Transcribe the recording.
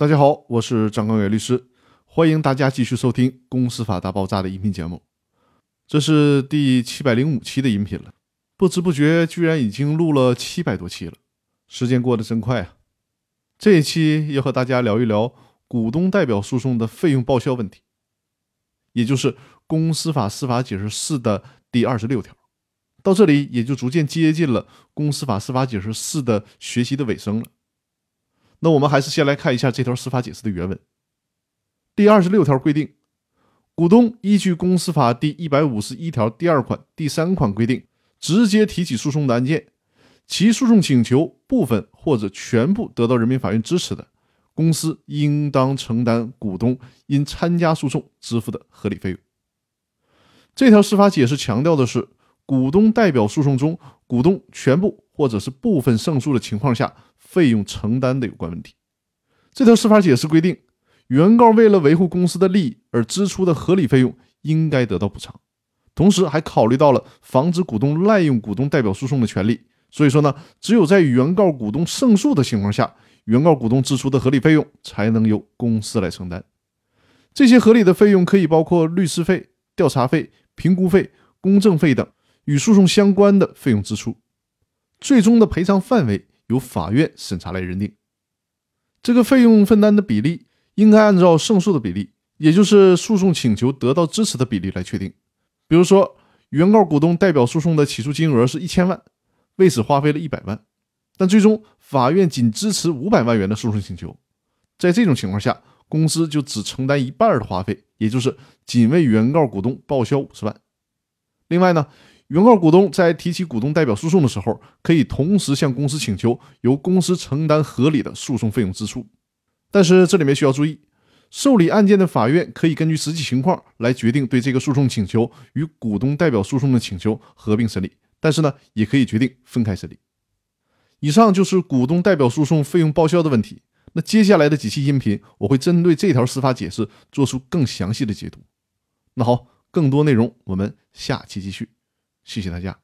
大家好，我是张刚元律师，欢迎大家继续收听《公司法大爆炸》的音频节目。这是第705期的音频了，不知不觉居然已经录了700多期了，时间过得真快啊！这一期要和大家聊一聊股东代表诉讼的费用报销问题，也就是公司法司法解释4的第26条。到这里也就逐渐接近了公司法司法解释4的学习的尾声了。那我们还是先来看一下这条司法解释的原文。第26条规定，股东依据公司法第151条第2款、第3款规定，直接提起诉讼的案件，其诉讼请求部分或者全部得到人民法院支持的，公司应当承担股东因参加诉讼支付的合理费用。这条司法解释强调的是，股东代表诉讼中股东全部或者是部分胜诉的情况下费用承担的有关问题。这条司法解释规定，原告为了维护公司的利益而支出的合理费用应该得到补偿，同时还考虑到了防止股东滥用股东代表诉讼的权利。所以说呢，只有在原告股东胜诉的情况下，原告股东支出的合理费用才能由公司来承担。这些合理的费用可以包括律师费、调查费、评估费、公证费等与诉讼相关的费用支出，最终的赔偿范围由法院审查来认定。这个费用分担的比例应该按照胜诉的比例，也就是诉讼请求得到支持的比例来确定。比如说，原告股东代表诉讼的起诉金额是1000万，为此花费了100万，但最终法院仅支持500万元的诉讼请求。在这种情况下，公司就只承担一半的花费，也就是仅为原告股东报销50万。另外呢，原告股东在提起股东代表诉讼的时候，可以同时向公司请求由公司承担合理的诉讼费用支出。但是这里面需要注意，受理案件的法院可以根据实际情况来决定对这个诉讼请求与股东代表诉讼的请求合并审理，但是呢，也可以决定分开审理。以上就是股东代表诉讼费用报销的问题。那接下来的几期音频，我会针对这条司法解释做出更详细的解读。那好，更多内容我们下期继续，谢谢大家。